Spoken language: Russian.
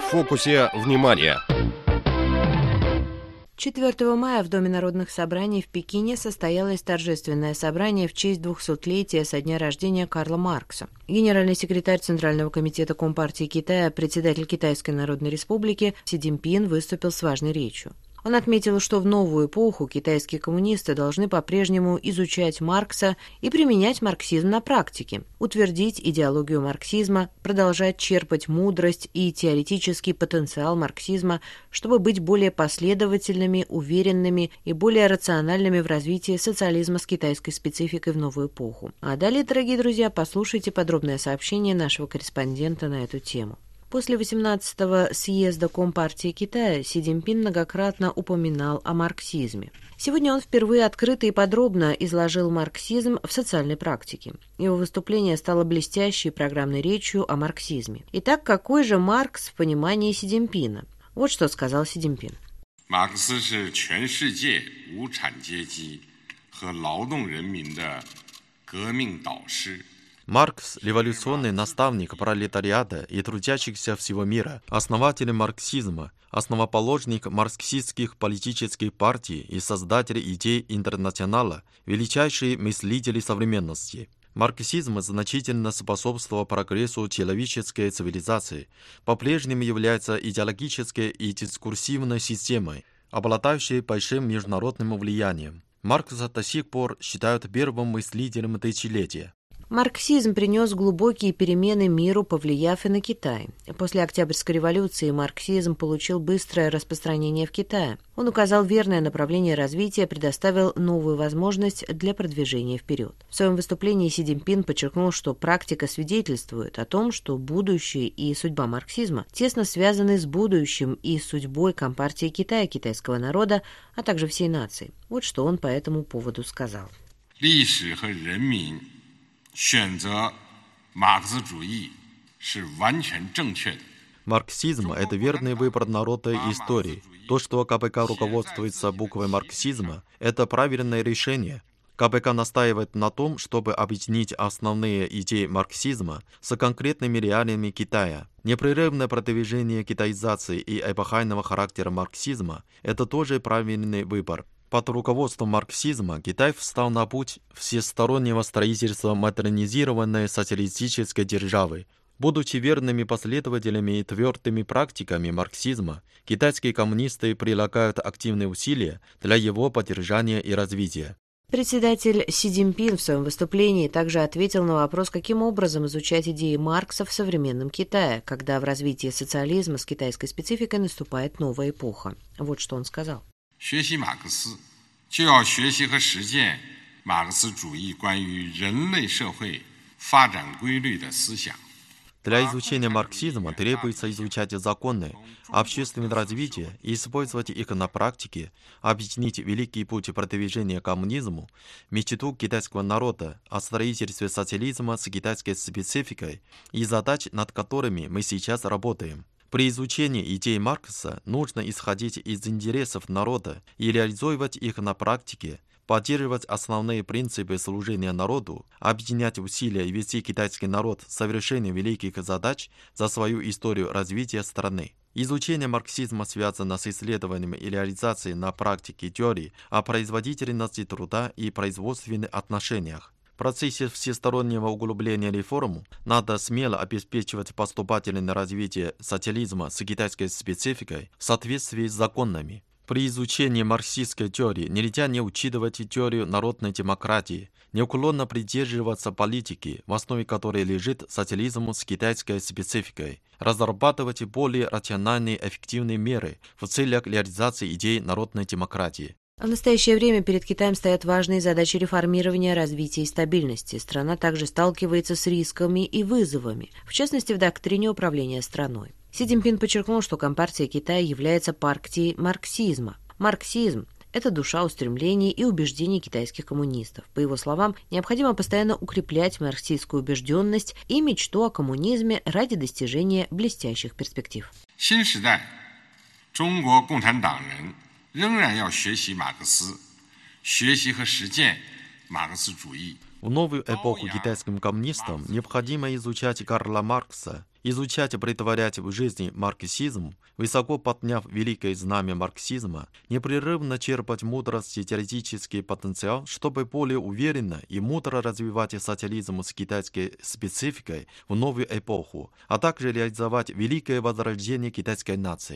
фокусе внимания. 4 мая в Доме народных собраний в Пекине состоялось торжественное собрание в честь 200-летия со дня рождения Карла Маркса. Генеральный секретарь Центрального комитета Компартии Китая, председатель Китайской Народной Республики Си Цзиньпин выступил с важной речью. Он отметил, что в новую эпоху китайские коммунисты должны по-прежнему изучать Маркса и применять марксизм на практике, утвердить идеологию марксизма, продолжать черпать мудрость и теоретический потенциал марксизма, чтобы быть более последовательными, уверенными и более рациональными в развитии социализма с китайской спецификой в новую эпоху. А далее, дорогие друзья, послушайте подробное сообщение нашего корреспондента на эту тему. После 18-го съезда Компартии Китая Си Цзиньпин многократно упоминал о марксизме. Сегодня он впервые открыто и подробно изложил марксизм в социальной практике. Его выступление стало блестящей программной речью о марксизме. Итак, какой же Маркс в понимании Си Цзиньпина? Вот что сказал Си Цзиньпин. Маркс – это全世界无产阶级和劳动人民的革命导师。 Маркс – революционный наставник пролетариата и трудящихся всего мира, основатель марксизма, основоположник марксистских политических партий и создатель идей интернационала, величайший мыслитель современности. Марксизм значительно способствовал прогрессу человеческой цивилизации, по-прежнему является идеологической и дискурсивной системой, обладающей большим международным влиянием. Маркса до сих пор считают первым мыслителем тысячелетия. Марксизм принес глубокие перемены миру, повлияв и на Китай. После Октябрьской революции марксизм получил быстрое распространение в Китае. Он указал верное направление развития, предоставил новую возможность для продвижения вперед. В своем выступлении Си Цзиньпин подчеркнул, что практика свидетельствует о том, что будущее и судьба марксизма тесно связаны с будущим и судьбой Компартии Китая, китайского народа, а также всей нации. Вот что он по этому поводу сказал. 选择马克思主义是完全正确的。 Марксизм – это верный выбор народа и истории. То, что КПК руководствуется буквой марксизма, это правильное решение. КПК настаивает на том, чтобы объединить основные идеи марксизма с конкретными реалиями Китая. Непрерывное продвижение китаизации и эпохального характера марксизма – это тоже правильный выбор. Под руководством марксизма Китай встал на путь всестороннего строительства модернизированной социалистической державы. Будучи верными последователями и твердыми практиками марксизма, китайские коммунисты прилагают активные усилия для его поддержания и развития. Председатель Си Цзиньпин в своем выступлении также ответил на вопрос, каким образом изучать идеи Маркса в современном Китае, когда в развитии социализма с китайской спецификой наступает новая эпоха. Вот что он сказал. 学习马克思就要学习和实践马克思主义关于人类社会发展规律的思想。 Для изучения марксизма требуется изучать законы общественного развития и использовать их на практике, объединить великий путь продвижения к коммунизму, мечту китайского народа о строительстве социализма с китайской спецификой и задач, над которыми мы сейчас работаем. При изучении идей Маркса нужно исходить из интересов народа и реализовывать их на практике, поддерживать основные принципы служения народу, объединять усилия и вести китайский народ в совершении великих задач за свою историю развития страны. Изучение марксизма связано с исследованием и реализацией на практике теории о производительности труда и производственных отношениях. В процессе всестороннего углубления реформ надо смело обеспечивать поступательное развитие социализма с китайской спецификой в соответствии с законами. При изучении марксистской теории нельзя не учитывать теорию народной демократии, неуклонно придерживаться политики, в основе которой лежит социализм с китайской спецификой, разрабатывать более рациональные и эффективные меры в целях реализации идей народной демократии. В настоящее время перед Китаем стоят важные задачи реформирования, развития и стабильности. Страна также сталкивается с рисками и вызовами, в частности, в доктрине управления страной. Си Цзиньпин подчеркнул, что Компартия Китая является партией марксизма. Марксизм – это душа устремлений и убеждений китайских коммунистов. По его словам, необходимо постоянно укреплять марксистскую убежденность и мечту о коммунизме ради достижения блестящих перспектив. 新时代，中国共产党人仍然要学习马克思，学习和实践马克思主义。 В новую эпоху китайским коммунистам необходимо изучать Карла Маркса, изучать и претворять в жизнь марксизм, высоко подняв великое знамя марксизма, непрерывно черпать мудрость и теоретический потенциал, чтобы более уверенно и мудро развивать социализм с китайской спецификой в новую эпоху, а также реализовать великое возрождение китайской нации.